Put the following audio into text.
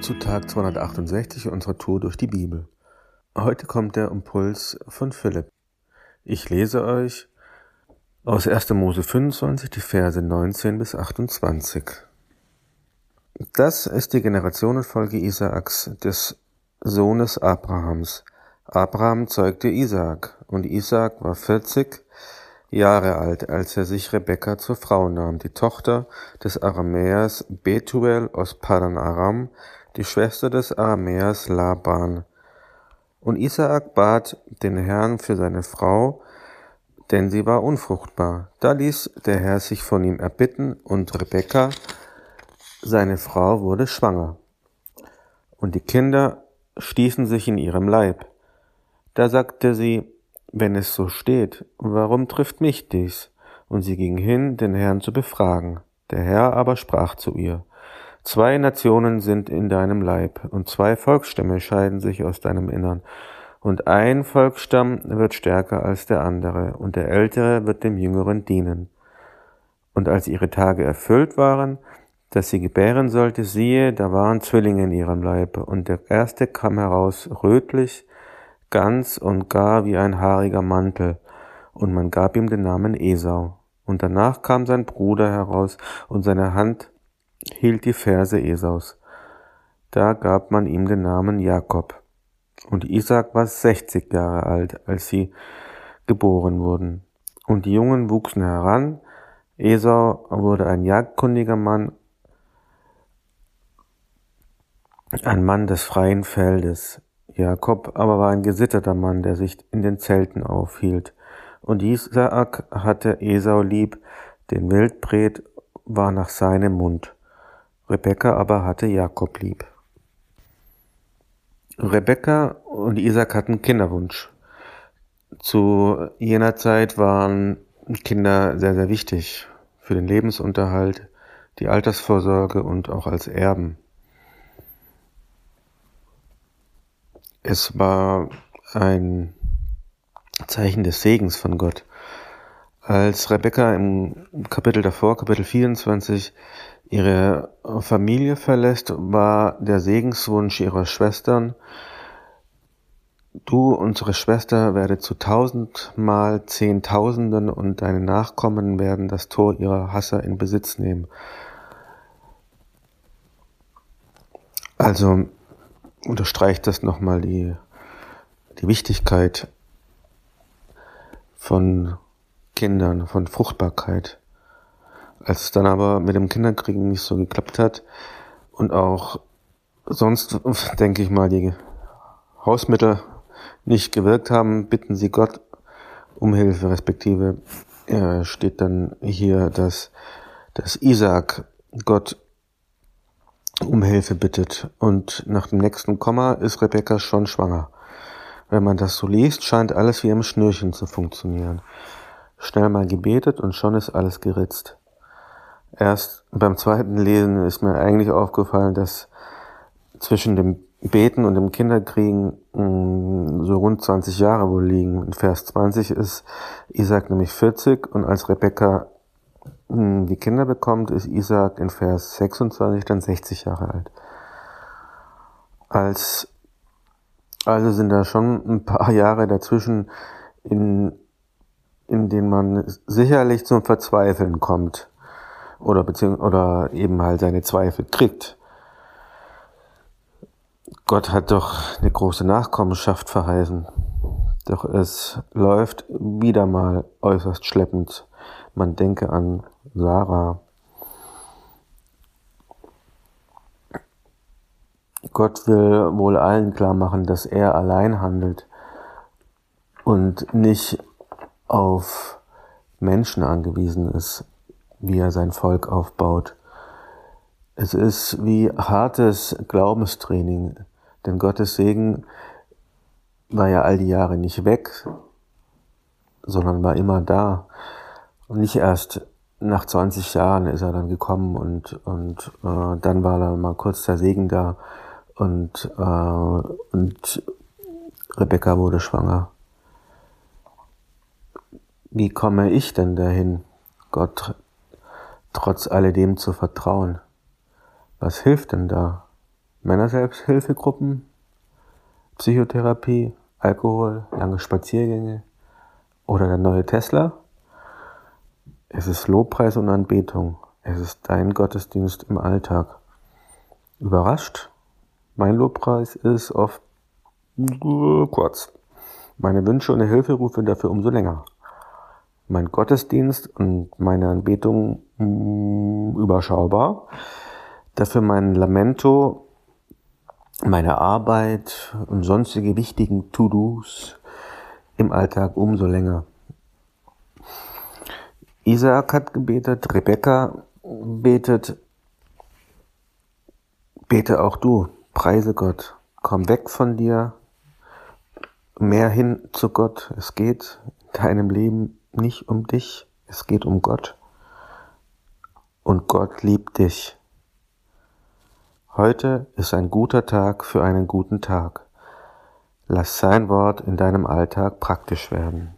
zu Tag 268 unserer Tour durch die Bibel. Heute kommt der Impuls von Philipp. Ich lese euch aus 1. Mose 25 die Verse 19 bis 28. Das ist die Generationenfolge Isaaks, des Sohnes Abrahams. Abraham zeugte Isaak, und Isaak war 40 Jahre alt, als er sich Rebekka zur Frau nahm, die Tochter des Aramäers Betuel aus Padan Aram, die Schwester des Aramäers Laban. Und Isaak bat den Herrn für seine Frau, denn sie war unfruchtbar. Da ließ der Herr sich von ihm erbitten, und Rebekka, seine Frau, wurde schwanger. Und die Kinder stießen sich in ihrem Leib. Da sagte sie: Wenn es so steht, warum trifft mich dies? Und sie ging hin, den Herrn zu befragen. Der Herr aber sprach zu ihr: 2 Nationen sind in deinem Leib, und 2 Volksstämme scheiden sich aus deinem Innern. Und ein Volksstamm wird stärker als der andere, und der Ältere wird dem Jüngeren dienen. Und als ihre Tage erfüllt waren, dass sie gebären sollte, siehe, da waren Zwillinge in ihrem Leib, und der erste kam heraus rötlich, ganz und gar wie ein haariger Mantel, und man gab ihm den Namen Esau. Und danach kam sein Bruder heraus, und seine Hand hielt die Ferse Esaus. Da gab man ihm den Namen Jakob. Und Isaak war 60 Jahre alt, als sie geboren wurden. Und die Jungen wuchsen heran. Esau wurde ein jagdkundiger Mann, ein Mann des freien Feldes. Jakob aber war ein gesitterter Mann, der sich in den Zelten aufhielt. Und Isaak hatte Esau lieb, den Wildbret war nach seinem Mund. Rebekka aber hatte Jakob lieb. Rebekka und Isaak hatten Kinderwunsch. Zu jener Zeit waren Kinder sehr, sehr wichtig für den Lebensunterhalt, die Altersvorsorge und auch als Erben. Es war ein Zeichen des Segens von Gott. Als Rebekka im Kapitel davor, Kapitel 24, ihre Familie verlässt, war der Segenswunsch ihrer Schwestern: Du, unsere Schwester, werdet zu 1000-mal Zehntausenden, und deine Nachkommen werden das Tor ihrer Hasser in Besitz nehmen. Also unterstreicht das nochmal die Wichtigkeit von Kindern, von Fruchtbarkeit. Als es dann aber mit dem Kinderkriegen nicht so geklappt hat und auch sonst, denke ich mal, die Hausmittel nicht gewirkt haben, bitten sie Gott um Hilfe, respektive steht dann hier, dass Isaak Gott um Hilfe bittet. Und nach dem nächsten Komma ist Rebekka schon schwanger. Wenn man das so liest, scheint alles wie im Schnürchen zu funktionieren. Schnell mal gebetet und schon ist alles geritzt. Erst beim zweiten Lesen ist mir eigentlich aufgefallen, dass zwischen dem Beten und dem Kinderkriegen so rund 20 Jahre wohl liegen. In Vers 20 ist Isaak nämlich 40, und als Rebekka die Kinder bekommt, ist Isaak in Vers 26 dann 60 Jahre alt. Also sind da schon ein paar Jahre dazwischen, in denen man sicherlich zum Verzweifeln kommt oder eben halt seine Zweifel kriegt. Gott hat doch eine große Nachkommenschaft verheißen, doch es läuft wieder mal äußerst schleppend. Man denke an Sarah. Gott will wohl allen klar machen, dass er allein handelt und nicht auf Menschen angewiesen ist, wie er sein Volk aufbaut. Es ist wie hartes Glaubenstraining, denn Gottes Segen war ja all die Jahre nicht weg, sondern war immer da. Und nicht erst nach 20 Jahren ist er dann gekommen und dann war dann mal kurz der Segen da und Rebekka wurde schwanger. Wie komme ich denn dahin, Gott trotz alledem zu vertrauen? Was hilft denn da? Männerselbsthilfegruppen, Psychotherapie, Alkohol, lange Spaziergänge oder der neue Tesla? Es ist Lobpreis und Anbetung. Es ist dein Gottesdienst im Alltag. Überrascht? Mein Lobpreis ist oft kurz. Meine Wünsche und Hilferufe dafür umso länger. Mein Gottesdienst und meine Anbetung überschaubar. Dafür mein Lamento, meine Arbeit und sonstige wichtigen To-Dos im Alltag umso länger. Isaak hat gebetet, Rebekka betet, bete auch du, preise Gott, komm weg von dir, mehr hin zu Gott. Es geht in deinem Leben nicht um dich, es geht um Gott. Und Gott liebt dich. Heute ist ein guter Tag für einen guten Tag. Lass sein Wort in deinem Alltag praktisch werden.